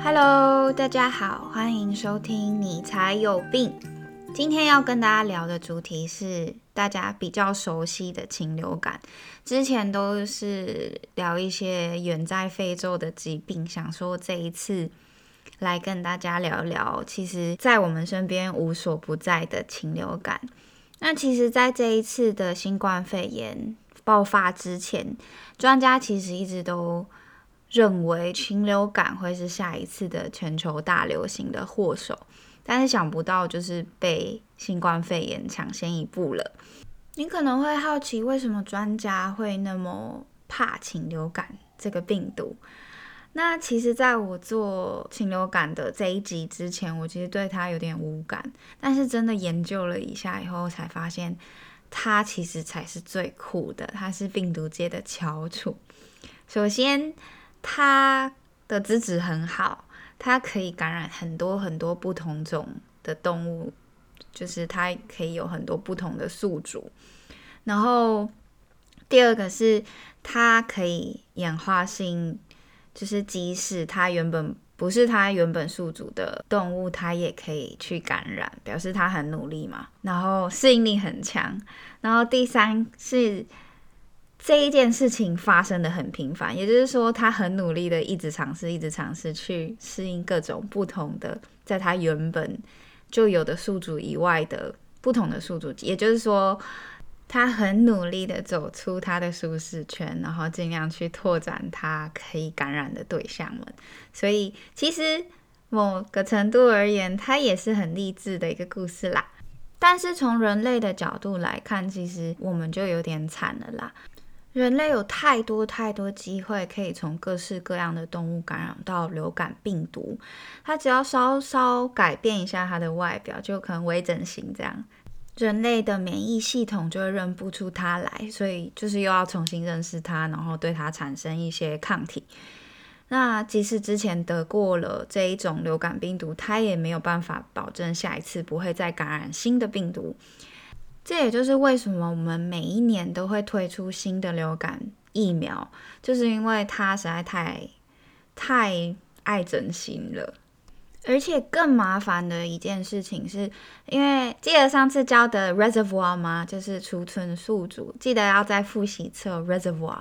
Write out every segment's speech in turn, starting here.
Hello， 大家好，欢迎收听你才有病。今天要跟大家聊的主题是大家比较熟悉的禽流感。之前都是聊一些远在非洲的疾病，想说这一次来跟大家聊聊，其实在我们身边无所不在的禽流感。那其实在这一次的新冠肺炎爆发之前，专家其实一直都认为禽流感会是下一次的全球大流行的祸首，但是想不到就是被新冠肺炎抢先一步了。你可能会好奇，为什么专家会那么怕禽流感这个病毒？那其实在我做禽流感的这一集之前，我其实对它有点无感，但是真的研究了一下以后才发现，它其实才是最酷的，它是病毒界的翘楚。首先它的资质很好，它可以感染很多很多不同种的动物，就是它可以有很多不同的宿主。然后第二个是它可以演化性，就是即使它原本不是它原本宿主的动物，它也可以去感染，表示它很努力嘛，然后适应力很强。然后第三是这一件事情发生的很频繁，也就是说他很努力的一直尝试去适应各种不同的在他原本就有的宿主以外的不同的宿主，也就是说他很努力的走出他的舒适圈，然后尽量去拓展他可以感染的对象们。所以其实某个程度而言，他也是很励志的一个故事啦。但是从人类的角度来看，其实我们就有点惨了啦。人类有太多机会可以从各式各样的动物感染到流感病毒，它只要稍稍改变一下它的外表，就可能微整形这样，人类的免疫系统就会认不出它来，所以就是又要重新认识它，然后对它产生一些抗体。那即使之前得过了这一种流感病毒，它也没有办法保证下一次不会再感染新的病毒。这也就是为什么我们每一年都会推出新的流感疫苗，就是因为它实在太爱整形了。而且更麻烦的一件事情是，因为记得上次教的 reservoir 吗？就是储存宿主，记得要再复习一次 reservoir。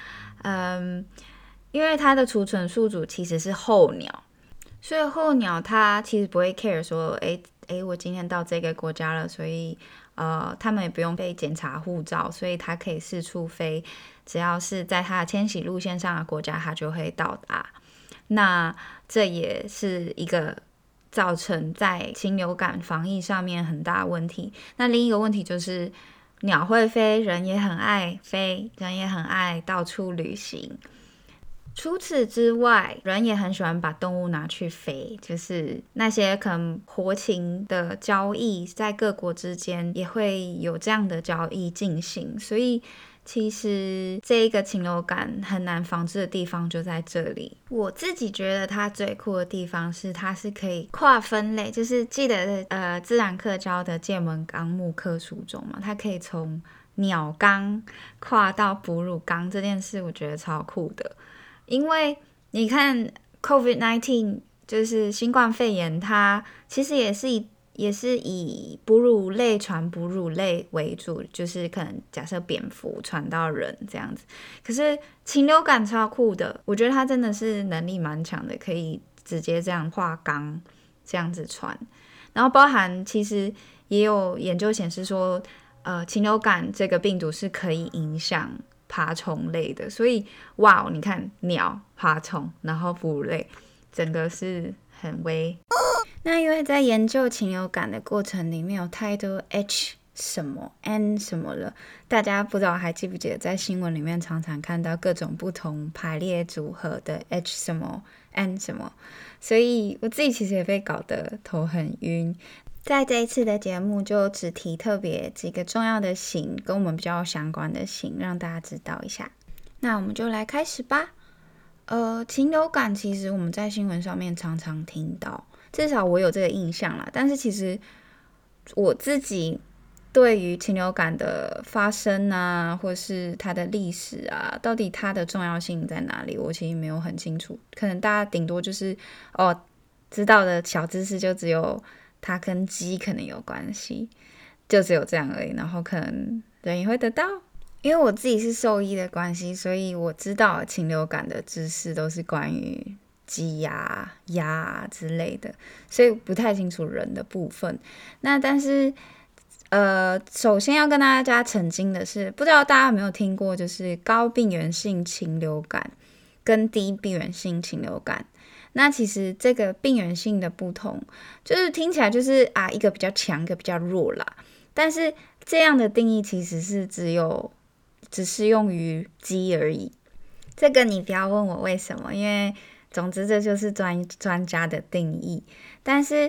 因为它的储存宿主其实是候鸟，所以候鸟它其实不会 care 说，我今天到这个国家了，所以他们也不用被检查护照，所以它可以四处飞，只要是在它的迁徙路线上的国家，它就会到达。那这也是一个造成在禽流感防疫上面很大的问题。那另一个问题就是鸟会飞，人也很爱飞，人也很爱到处旅行。除此之外，人也很喜欢把动物拿去飞，就是那些可能活禽的交易，在各国之间也会有这样的交易进行，所以其实这一个禽流感很难防治的地方就在这里。我自己觉得它最酷的地方是它是可以跨分类，就是记得自然课教的界门纲目科属中嘛，它可以从鸟纲跨到哺乳纲，这件事我觉得超酷的。因为你看 COVID-19 就是新冠肺炎，它其实也是以哺乳类传哺乳类为主，就是可能假设蝙蝠传到人这样子。可是禽流感超酷的，我觉得它真的是能力蛮强的，可以直接这样跨纲这样子传。然后包含其实也有研究显示说，禽流感这个病毒是可以影响爬虫类的，所以哇，你看鸟、爬虫，然后哺乳类，整个是很威。那因为在研究禽流感的过程里面有太多 H 什么 N 什么了，大家不知道还记不记得在新闻里面常常看到各种不同排列组合的 H 什么 N 什么，所以我自己其实也被搞得头很晕。在这一次的节目就只提特别几个重要的型跟我们比较相关的型，让大家知道一下。那我们就来开始吧。禽流感其实我们在新闻上面常常听到，至少我有这个印象啦。但是其实我自己对于禽流感的发生啊，或是它的历史啊，到底它的重要性在哪里，我其实没有很清楚。可能大家顶多就是知道的小知识就只有它跟鸡可能有关系，就只有这样而已。然后可能人也会得到。因为我自己是兽医的关系，所以我知道禽流感的知识都是关于鸡呀、鸭之类的，所以不太清楚人的部分。那但是首先要跟大家澄清的是，不知道大家有没有听过，就是高病原性禽流感跟低病原性禽流感。那其实这个病原性的不同，就是听起来就是一个比较强，一个比较弱啦。但是这样的定义其实是只适用于鸡而已。这个你不要问我为什么，因为总之这就是专家的定义。但是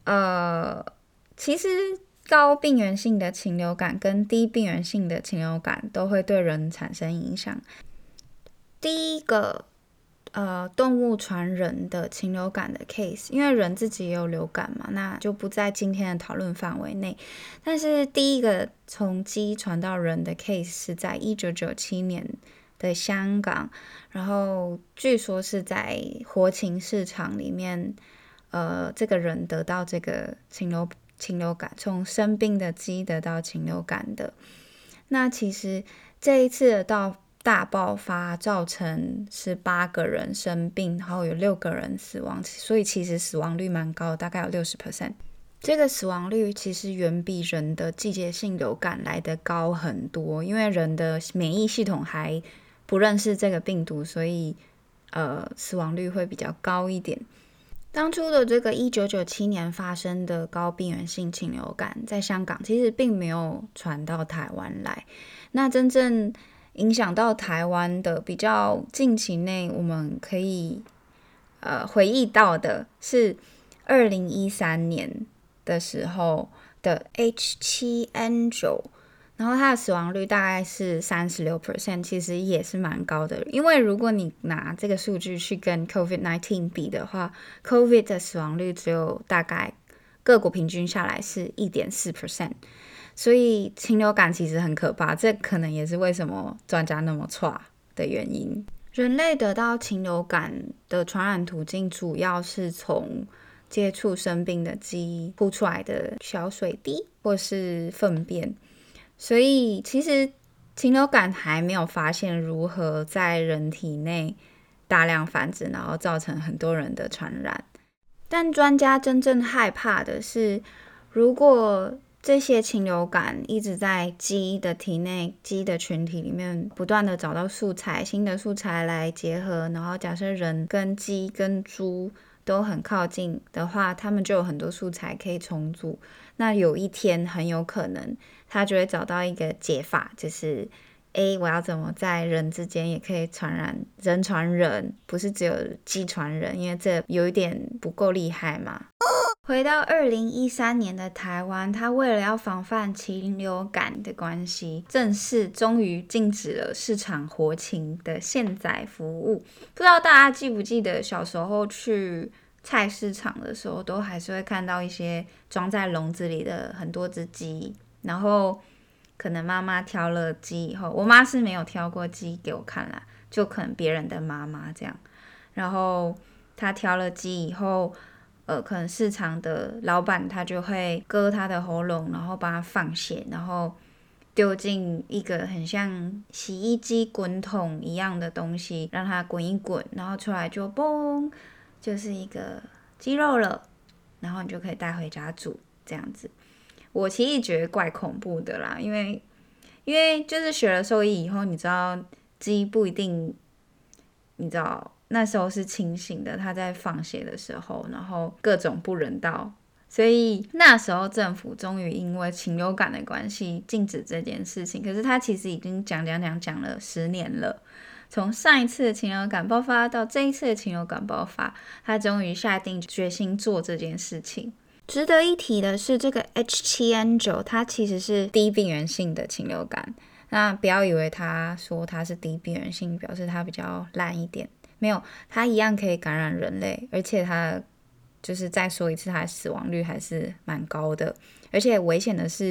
其实高病原性的禽流感跟低病原性的禽流感都会对人产生影响。第一个动物传人的禽流感的 case， 因为人自己也有流感嘛，那就不在今天的讨论范围内。但是第一个从鸡传到人的 case 是在1997年的香港，然后据说是在活禽市场里面，这个人得到这个禽流感，从生病的鸡得到禽流感的。那其实这一次的大爆发造成18个人生病，然后有6个人死亡，所以其实死亡率蛮高的，大概有 60%。这个死亡率其实远比人的季节性流感来得高很多，因为人的免疫系统还不认识这个病毒，所以死亡率会比较高一点。当初的这个1997年发生的高病原性禽流感在香港其实并没有传到台湾来，那真正影响到台湾的比较近期内我们可以回忆到的是2013年的时候的 H7N9，然后它的死亡率大概是36%，其实也是蛮高的。因为如果你拿这个数据去跟 COVID-19 比的话， COVID 的死亡率只有大概各国平均下来是 1.4%， 所以禽流感其实很可怕，这可能也是为什么专家那么差的原因。人类得到禽流感的传染途径主要是从接触生病的鸡吐出来的小水滴或是粪便，所以其实禽流感还没有发现如何在人体内大量繁殖，然后造成很多人的传染。但专家真正害怕的是，如果这些禽流感一直在鸡的体内、鸡的群体里面不断的找到素材、新的素材来结合，然后假设人跟鸡跟猪都很靠近的话，他们就有很多素材可以重组。那有一天很有可能他就会找到一个解法，就是我要怎么在人之间也可以传染，人传人，不是只有鸡传人，因为这有一点不够厉害嘛。回到2013年的台湾，他为了要防范禽流感的关系，正式终于禁止了市场活禽的现宰服务。不知道大家记不记得小时候去菜市场的时候，都还是会看到一些装在笼子里的很多只鸡，然后可能妈妈挑了鸡以后，我妈是没有挑过鸡给我看啦，就可能别人的妈妈这样，然后她挑了鸡以后，可能市场的老板他就会割他的喉咙，然后帮他放血，然后丢进一个很像洗衣机滚筒一样的东西，让它滚一滚，然后出来就嘣，就是一个鸡肉了，然后你就可以带回家煮这样子。我其实觉得怪恐怖的啦，因为就是学了兽医以后，你知道鸡不一定，你知道那时候是清醒的，他在放血的时候，然后各种不人道，所以那时候政府终于因为禽流感的关系禁止这件事情。可是他其实已经讲了10年了，从上一次的禽流感爆发到这一次的禽流感爆发，他终于下定决心做这件事情。值得一提的是，这个 H7N9 它其实是低病原性的禽流感，那不要以为他说它是低病原性表示它比较烂一点，没有，它一样可以感染人类，而且它就是再说一次，它的死亡率还是蛮高的。而且危险的是，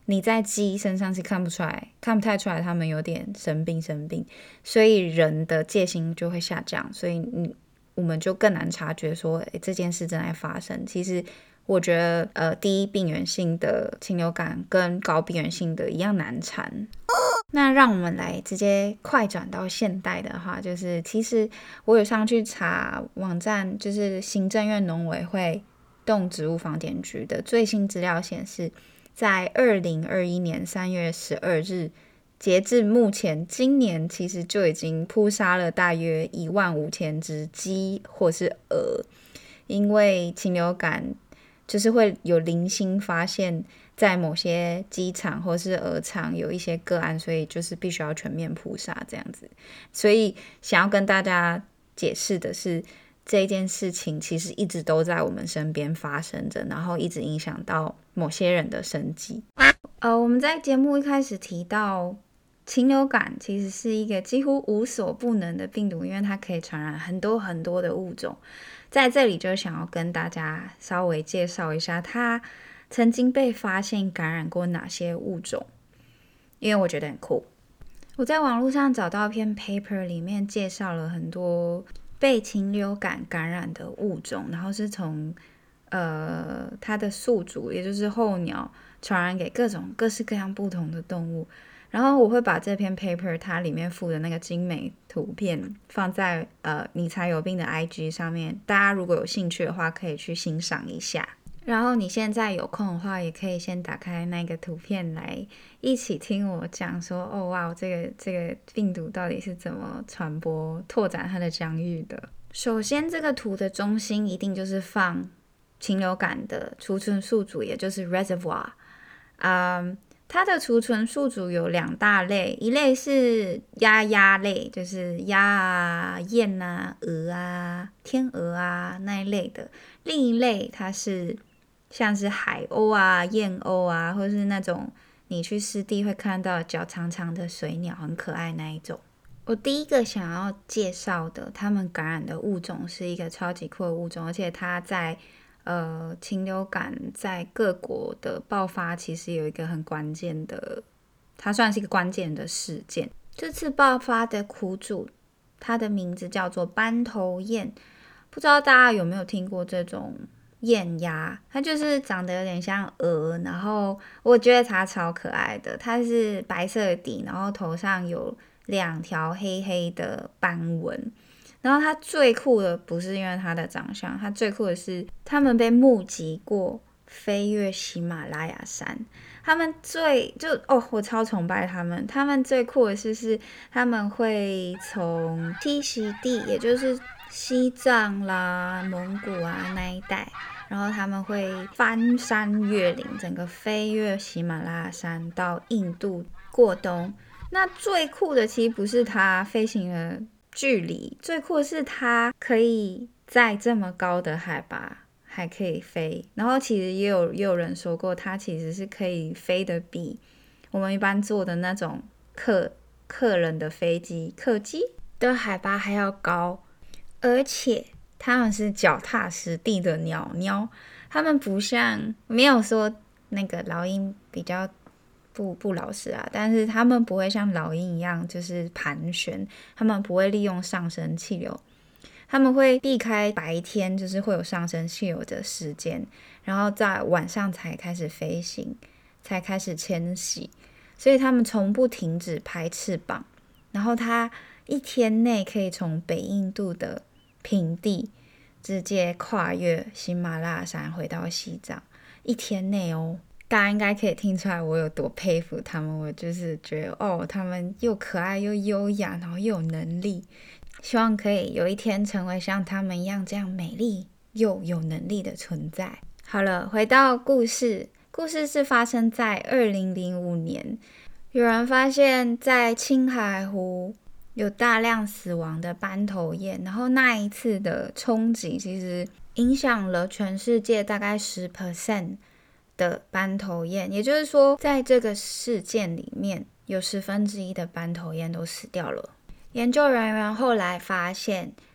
你在鸡身上是看不太出来他们有点生病，所以人的戒心就会下降，所以我们就更难察觉说这件事正在发生。其实我觉得低病原性的禽流感跟高病原性的一样难缠。那让我们来直接快转到现代的话，就是其实我有上去查网站，就是行政院农委会动植物防检局的最新资料显示，在2021年3月12日截至目前，今年其实就已经扑杀了大约15000只鸡或是鹅，因为禽流感就是会有零星发现在某些鸡场或是鹅场有一些个案，所以就是必须要全面扑杀这样子。所以想要跟大家解释的是，这件事情其实一直都在我们身边发生着，然后一直影响到某些人的生计。我们在节目一开始提到禽流感其实是一个几乎无所不能的病毒，因为它可以传染很多很多的物种。在这里就想要跟大家稍微介绍一下它曾经被发现感染过哪些物种，因为我觉得很酷。我在网络上找到一篇 paper， 里面介绍了很多被禽流感感染的物种，然后是从它的宿主，也就是候鸟传染给各式各样不同的动物。然后我会把这篇 paper 它里面附的那个精美图片放在你才有病的 IG 上面，大家如果有兴趣的话可以去欣赏一下。然后你现在有空的话也可以先打开那个图片来一起听我讲说，哦哇，这个病毒到底是怎么传播拓展它的疆域的。首先这个图的中心一定就是放禽流感的储存宿主，也就是 reservoir。它的储存宿主有2大类，一类是鸭类，就是鸭啊、雁啊、鹅啊、天鹅啊那一类的。另一类它是像是海鸥啊、燕鸥啊，或是那种你去湿地会看到脚长长的水鸟，很可爱那一种。我第一个想要介绍的他们感染的物种是一个超级酷的物种，而且它在禽流感在各国的爆发其实有一个很关键的，它算是一个关键的事件。这次爆发的苦主，它的名字叫做斑头雁。不知道大家有没有听过这种雁鸭？它就是长得有点像鹅，然后我觉得它超可爱的。它是白色的底，然后头上有2条黑黑的斑纹。然后它最酷的不是因为它的长相，它最酷的是他们被目击过飞越喜马拉雅山。他们我超崇拜他们。他们最酷的是他们会从栖息地，也就是西藏啦、蒙古啊那一带，然后他们会翻山越岭，整个飞越喜马拉雅山到印度过冬。那最酷的其实不是它飞行的距离，最酷的是它可以在这么高的海拔还可以飞。然后其实也有人说过，它其实是可以飞得比我们一般坐的那种客人的飞机、客机的海拔还要高。而且他们是脚踏实地的鸟，他们不像，没有说那个老鹰比较不老实啊，但是他们不会像老鹰一样就是盘旋，他们不会利用上升气流，他们会避开白天就是会有上升气流的时间，然后在晚上才开始飞行，才开始迁徙，所以他们从不停止拍翅膀。然后他1天内可以从北印度的平地直接跨越喜马拉雅山回到西藏，1天内哦。大家应该可以听出来我有多佩服他们。我就是觉得他们又可爱又优雅，然后又有能力，希望可以有一天成为像他们一样这样美丽又有能力的存在。好了，回到故事是发生在2005年，有人发现在青海湖有大量死亡的斑头雁，然后那一次的冲击其实影响了全世界大概 10% 的斑头雁，也就是说在这个事件里面有1/10的斑头雁都死掉了。研究人员后来发现，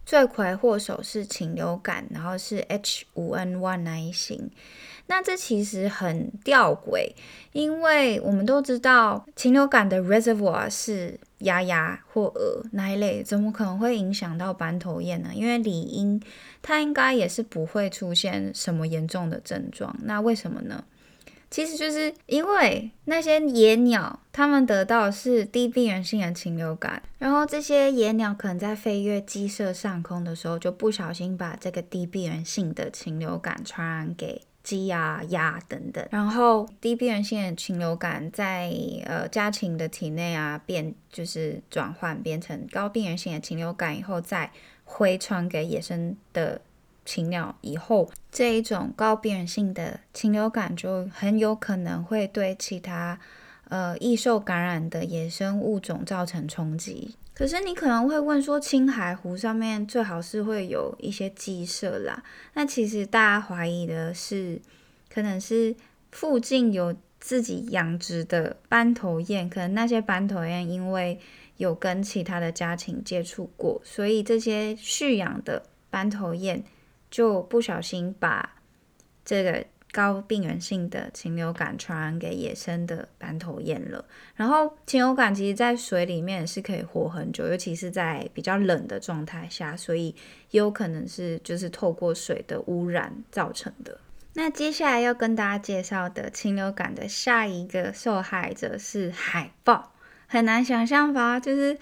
罪魁祸首是禽流感，然后是 H5N1 那一型。那这其实很吊诡，因为我们都知道禽流感的 reservoir 是鸭鸭或鹅那一类，怎么可能会影响到斑头雁呢？因为理应它应该也是不会出现什么严重的症状，那为什么呢？其实就是因为那些野鸟，它们得到的是低病原性的禽流感，然后这些野鸟可能在飞越鸡舍上空的时候，就不小心把这个低病原性的禽流感传染给鸡啊、鸭等等，然后低病原性的禽流感在家禽的体内啊就是转换变成高病原性的禽流感以后，再回传给野生的禽鸟以后，这一种高病原性的禽流感就很有可能会对其他易受感染的野生物种造成冲击。可是你可能会问说，青海湖上面最好是会有一些鸡舍啦，那其实大家怀疑的是可能是附近有自己养殖的斑头雁，可能那些斑头雁因为有跟其他的家禽接触过，所以这些蓄养的斑头雁就不小心把这个高病原性的禽流感传染给野生的斑头雁了。然后禽流感其实在水里面是可以活很久，尤其是在比较冷的状态下，所以也有可能是就是透过水的污染造成的。那接下来要跟大家介绍的禽流感的下一个受害者是海豹，很难想象吧？就是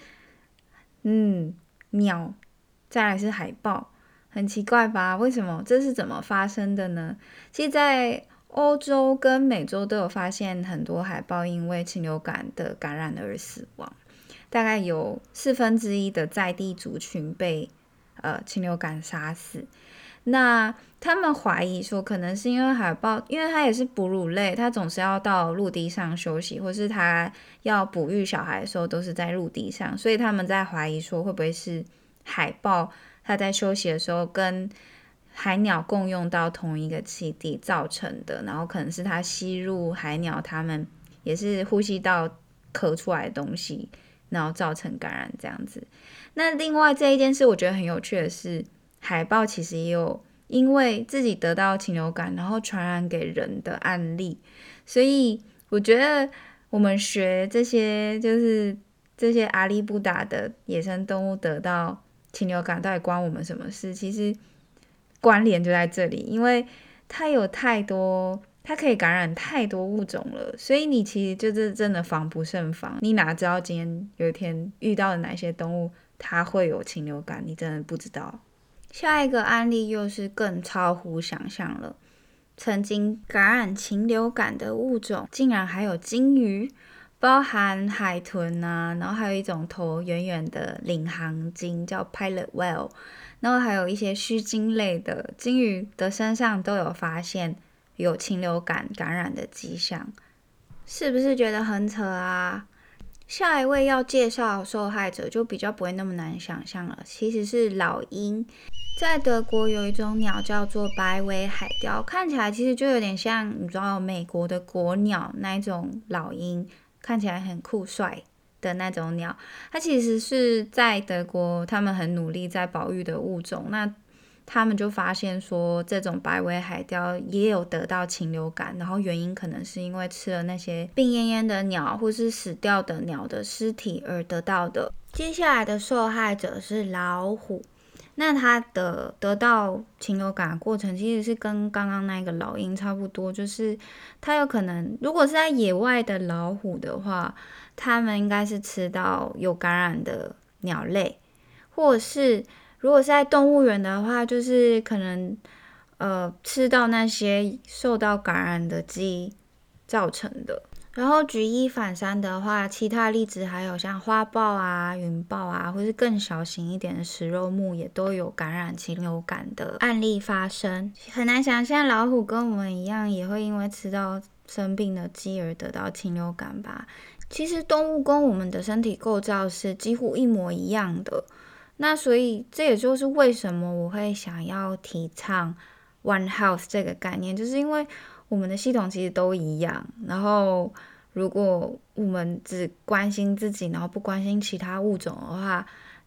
鸟，再来是海豹，很奇怪吧？为什么？这是怎么发生的呢？其实在欧洲跟美洲都有发现很多海豹因为禽流感的感染而死亡，大概有1/4的在地族群被禽流感杀死。那他们怀疑说，可能是因为海豹，因为它也是哺乳类，它总是要到陆地上休息，或是它要哺育小孩的时候都是在陆地上，所以他们在怀疑说，会不会是海豹它在休息的时候跟海鸟共用到同一个栖地造成的，然后可能是它吸入海鸟它们也是呼吸道咳出来的东西，然后造成感染这样子。那另外这一件事我觉得很有趣的是，海豹其实也有因为自己得到禽流感然后传染给人的案例，所以我觉得我们学这些就是这些阿里不达的野生动物得到禽流感到底关我们什么事？其实关联就在这里，因为它有太多，它可以感染太多物种了，所以你其实就是真的防不胜防。你哪知道今天有一天遇到的哪些动物它会有禽流感，你真的不知道。下一个案例又是更超乎想象了，曾经感染禽流感的物种竟然还有鲸鱼，包含海豚啊，然后还有一种头圆圆的领航鲸叫 pilot whale， 然后还有一些须鲸类的鲸鱼的身上都有发现有禽流感感染的迹象，是不是觉得很扯啊？下一位要介绍受害者就比较不会那么难想象了，其实是老鹰。在德国有一种鸟叫做白尾海雕，看起来其实就有点像你知道美国的国鸟那一种老鹰，看起来很酷帅的那种鸟。它其实是在德国他们很努力在保育的物种，那他们就发现说这种白尾海雕也有得到禽流感，然后原因可能是因为吃了那些病恹恹的鸟或是死掉的鸟的尸体而得到的。接下来的受害者是老虎，那它的得到禽流感的过程其实是跟刚刚那个老鹰差不多，就是它有可能如果是在野外的老虎的话，它们应该是吃到有感染的鸟类，或者是如果是在动物园的话，就是可能吃到那些受到感染的鸡造成的。然后举一反三的话，其他例子还有像花豹啊、云豹啊，或是更小型一点的食肉目，也都有感染禽流感的案例发生。很难想象老虎跟我们一样，也会因为吃到生病的鸡而得到禽流感吧？其实动物跟我们的身体构造是几乎一模一样的。那所以这也就是为什么我会想要提倡 One Health 这个概念，就是因为我们的系统其实都一样，然后如果我们只关心自己，然后不关心其他物种的话，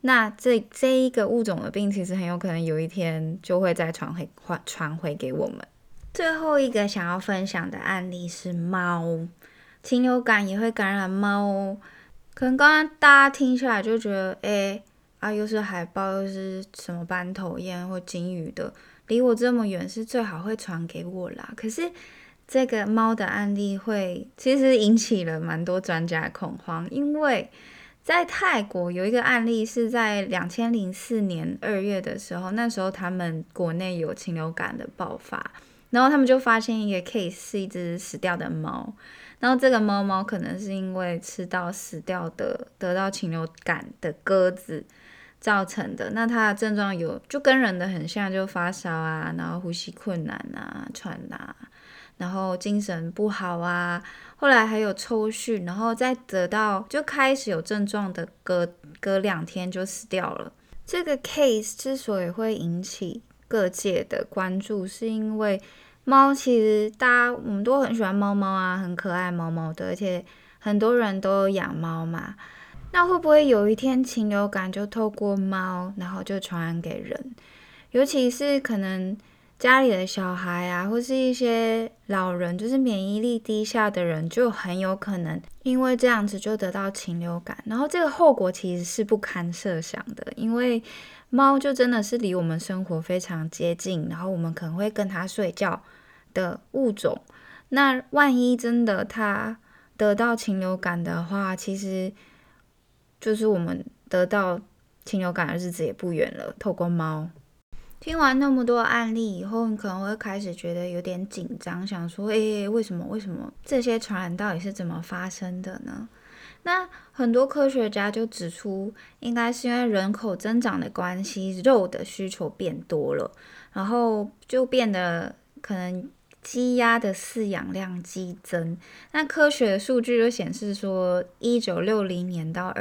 那这一个物种的病其实很有可能有一天就会再传回给我们。最后一个想要分享的案例是猫，禽流感也会感染猫哦。可能刚刚大家听下来就觉得又是海豹又是什么斑头雁或金鱼的，离我这么远是最好会传给我啦。可是这个猫的案例其实引起了蛮多专家的恐慌，因为在泰国有一个案例是在2004年2月的时候，那时候他们国内有禽流感的爆发，然后他们就发现一个 case 是一只死掉的猫，然后这个猫可能是因为吃到死掉的得到禽流感的鸽子造成的。那它的症状就跟人的很像，就发烧啊，然后呼吸困难啊，喘啊，然后精神不好啊，后来还有抽搐，然后再就开始有症状的隔2天就死掉了。这个 case 之所以会引起各界的关注，是因为猫其实我们都很喜欢猫猫啊，很可爱猫猫的，而且很多人都有养猫嘛。那会不会有一天禽流感就透过猫，然后就传染给人？尤其是可能家里的小孩啊，或是一些老人，就是免疫力低下的人，就很有可能因为这样子就得到禽流感。然后这个后果其实是不堪设想的，因为猫就真的是离我们生活非常接近，然后我们可能会跟它睡觉的物种。那万一真的它得到禽流感的话，其实就是我们得到禽流感的日子也不远了，透过猫。听完那么多案例以后，你可能会开始觉得有点紧张，想说为什么这些传染到底是怎么发生的呢？那很多科学家就指出，应该是因为人口增长的关系，肉的需求变多了，然后就变得可能鸡鸭的饲养量激增。那科学的数据就显示说，1960年到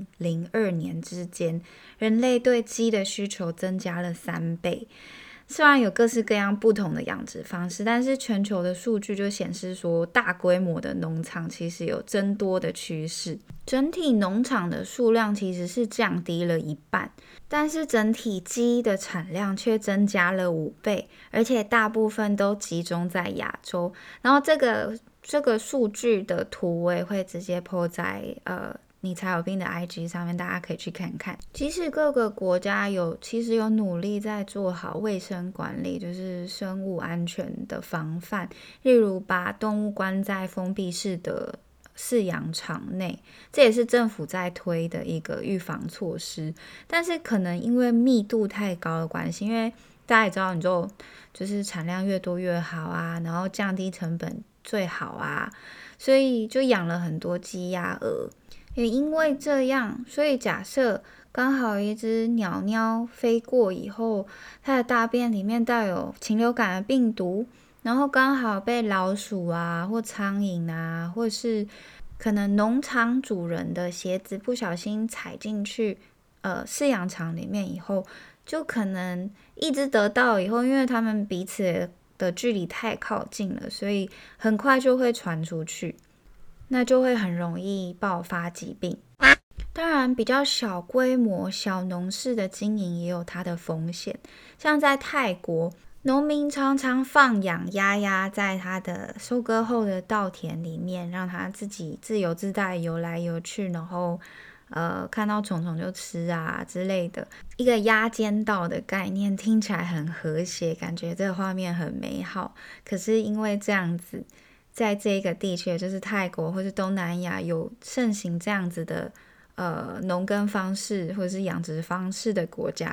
2002年之间，人类对鸡的需求增加了3倍。虽然有各式各样不同的养殖方式，但是全球的数据就显示说，大规模的农场其实有增多的趋势。整体农场的数量其实是降低了1半，但是整体鸡的产量却增加了5倍，而且大部分都集中在亚洲。然后这个数据的图我也会直接 po 在你才有病的 IG 上面，大家可以去看看。即使各个国家其实有努力在做好卫生管理，就是生物安全的防范，例如把动物关在封闭式的饲养场内，这也是政府在推的一个预防措施。但是可能因为密度太高的关系，因为大家也知道，你就是产量越多越好啊，然后降低成本最好啊，所以就养了很多鸡鸭鹅。也因为这样，所以假设刚好一只鸟鸟飞过以后，它的大便里面带有禽流感的病毒，然后刚好被老鼠啊或苍蝇啊，或是可能农场主人的鞋子不小心踩进去饲养场里面以后，就可能一直得到以后，因为他们彼此的距离太靠近了，所以很快就会传出去，那就会很容易爆发疾病。当然，比较小规模、小农事的经营也有它的风险。像在泰国，农民常常放养鸭鸭在它的收割后的稻田里面，让它自己自由自在游来游去，然后看到虫虫就吃啊之类的。一个鸭间道的概念听起来很和谐，感觉这个画面很美好。可是因为这样子，在这个地区，就是泰国或是东南亚有盛行这样子的农耕方式或者是养殖方式的国家，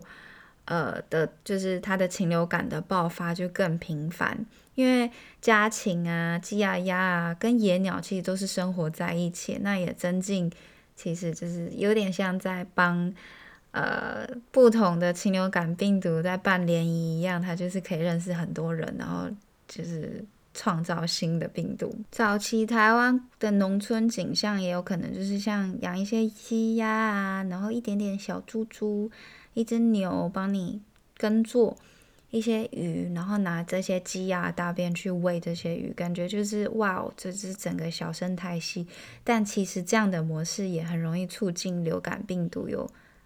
就是它的禽流感的爆发就更频繁。因为家禽啊、鸡啊、鸭啊跟野鸟其实都是生活在一起，那也增进，其实就是有点像在帮不同的禽流感病毒在办联谊一样，它就是可以认识很多人，然后就是创造新的病毒。早期台湾的农村景象也有可能就是像养一些鸡鸭啊，然后一点点小猪猪，一只牛帮你耕作，一些鱼，然后拿这些鸡鸭大便去喂这些鱼，感觉就是哇，这是整个小生态系。但其实这样的模式也很容易促进流感病毒有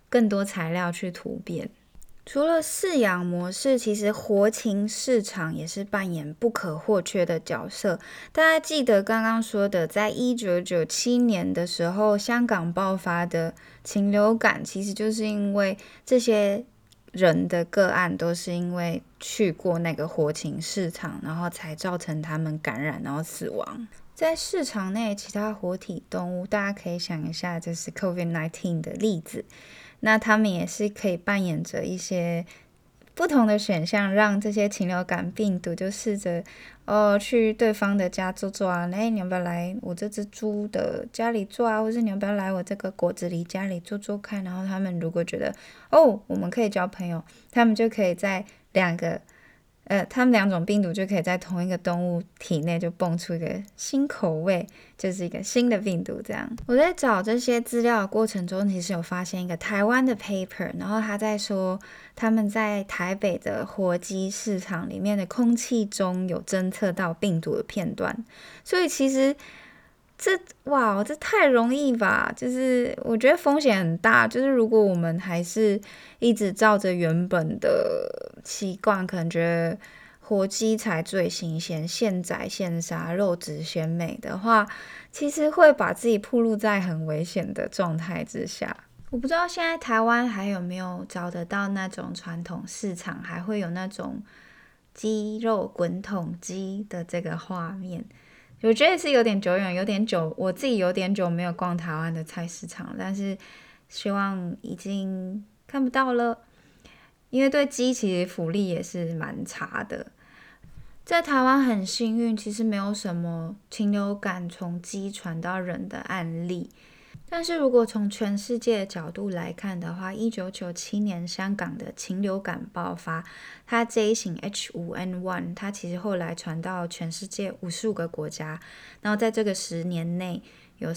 更多材料去突变。除了饲养模式，其实活禽市场也是扮演不可或缺的角色。大家记得刚刚说的，在1997年的时候，香港爆发的禽流感，其实就是因为这些人的个案都是因为去过那个活禽市场，然后才造成他们感染，然后死亡。在市场内，其他活体动物，大家可以想一下，这是 COVID-19 的例子。那他们也是可以扮演着一些不同的选项，让这些禽流感病毒就试着去对方的家坐坐啊，你要不要来我这只猪的家里坐啊，或是你要不要来我这个果子狸家里坐坐看。然后他们如果觉得我们可以交朋友，他们就可以在他们两种病毒就可以在同一个动物体内就蹦出一个新口味，就是一个新的病毒这样。我在找这些资料的过程中，其实有发现一个台湾的 paper， 然后他在说他们在台北的活鸡市场里面的空气中有侦测到病毒的片段，所以其实这太容易吧，就是我觉得风险很大，就是如果我们还是一直照着原本的习惯，可能觉得活鸡才最新鲜，现宰现杀，肉质鲜美的话，其实会把自己暴露在很危险的状态之下。我不知道现在台湾还有没有找得到那种传统市场还会有那种鸡肉滚筒鸡的这个画面。我觉得是有点久远，有点久，我自己有点久没有逛台湾的菜市场，但是希望已经看不到了，因为对鸡其实福利也是蛮差的。在台湾很幸运，其实没有什么禽流感从鸡传到人的案例。但是如果从全世界的角度来看的话，1997年香港的禽流感爆发，它这一型 H5N1， 它其实后来传到全世界55个国家，然后在这个10年内有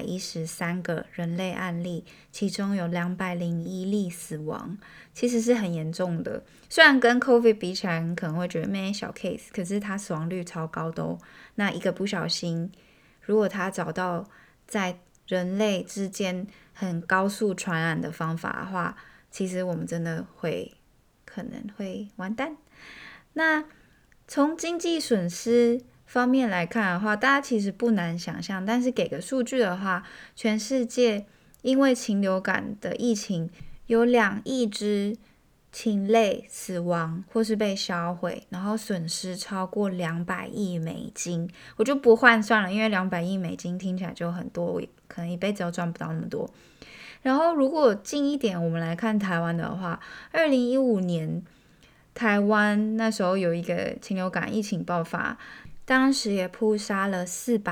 313个人类案例，其中有201例死亡，其实是很严重的。虽然跟 COVID 比起来，你可能会觉得没小 case， 可是它死亡率超高的哦。那一个不小心，如果它找到在人类之间很高速传染的方法的话，其实我们真的可能会完蛋。那从经济损失方面来看的话，大家其实不难想象，但是给个数据的话，全世界因为禽流感的疫情有2亿只禽类死亡或是被销毁，然后损失超过200亿美金。我就不换算了，因为200亿美金听起来就很多，我可能一辈子都赚不到那么多。然后如果近一点我们来看台湾的话，2015年台湾那时候有一个禽流感疫情爆发，当时也扑杀了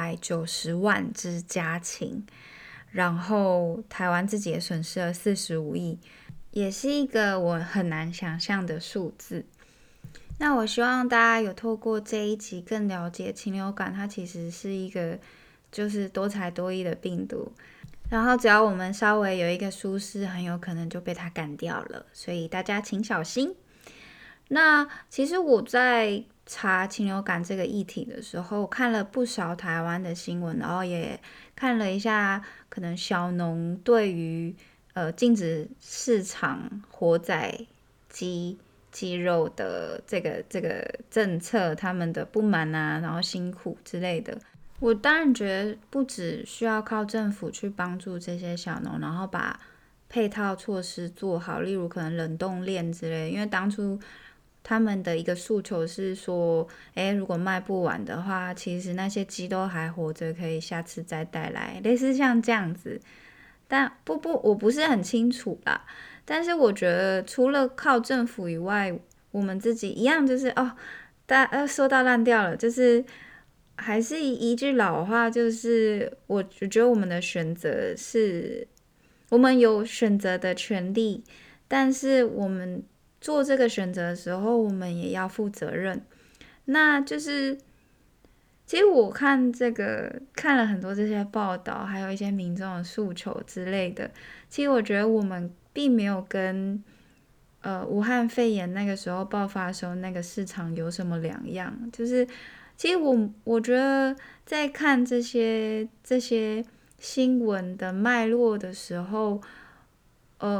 490万只家禽，然后台湾自己也损失了45亿，也是一个我很难想象的数字。那我希望大家有透过这一集更了解禽流感，它其实是一个就是多才多艺的病毒，然后只要我们稍微有一个疏失，很有可能就被它干掉了，所以大家请小心。那其实我在查禽流感这个议题的时候，看了不少台湾的新闻，然后也看了一下可能小农对于禁止市场活宰鸡肉的这个政策，他们的不满啊，然后辛苦之类的。我当然觉得不只需要靠政府去帮助这些小农，然后把配套措施做好，例如可能冷冻链之类的，因为当初他们的一个诉求是说，如果卖不完的话，其实那些鸡都还活着，可以下次再带来，类似像这样子。但我不是很清楚啦。但是我觉得除了靠政府以外，我们自己一样就是说到烂掉了，就是还是一句老话，就是我觉得我们的选择是，我们有选择的权利，但是我们做这个选择的时候，我们也要负责任。那就是其实我看了很多这些报道，还有一些民众的诉求之类的，其实我觉得我们并没有跟武汉肺炎那个时候爆发的时候那个市场有什么两样。就是其实我觉得在看这些新闻的脉络的时候，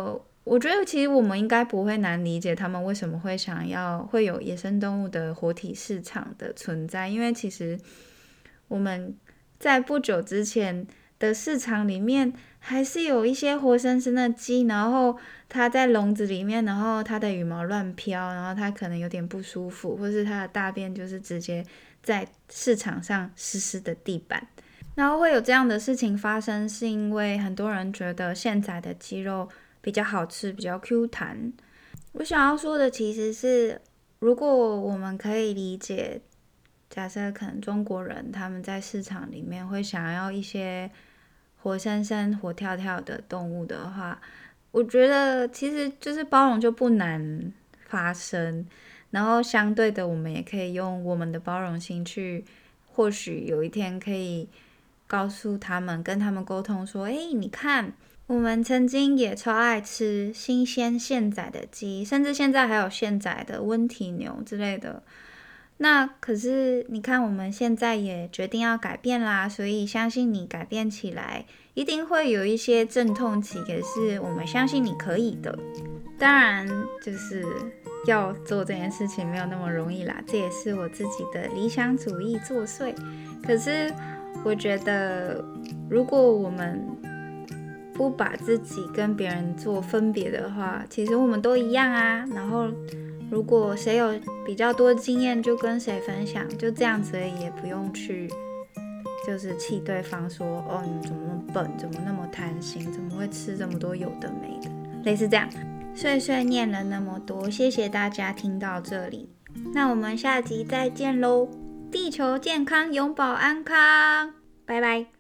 我觉得其实我们应该不会难理解他们为什么会想要会有野生动物的活体市场的存在，因为其实我们在不久之前的市场里面还是有一些活生生的鸡，然后它在笼子里面，然后它的羽毛乱飘，然后它可能有点不舒服，或是它的大便就是直接在市场上湿湿的地板。然后会有这样的事情发生，是因为很多人觉得现宰的鸡肉比较好吃，比较 Q 弹。我想要说的其实是，如果我们可以理解，假设可能中国人他们在市场里面会想要一些活生生活跳跳的动物的话，我觉得其实就是包容就不难发生。然后相对的，我们也可以用我们的包容心去，或许有一天可以告诉他们，跟他们沟通说，你看我们曾经也超爱吃新鲜现宰的鸡，甚至现在还有现宰的温体牛之类的。那可是你看我们现在也决定要改变啦，所以相信你改变起来一定会有一些阵痛期，可是我们相信你可以的。当然就是要做这件事情没有那么容易啦，这也是我自己的理想主义作祟。可是我觉得如果我们不把自己跟别人做分别的话，其实我们都一样啊。然后如果谁有比较多经验就跟谁分享，就这样子而已，也不用去就是气对方说你怎么那么笨，怎么那么贪心，怎么会吃这么多有的没的，类似这样。碎碎念了那么多，谢谢大家听到这里，那我们下集再见咯，地球健康永保安康，拜拜。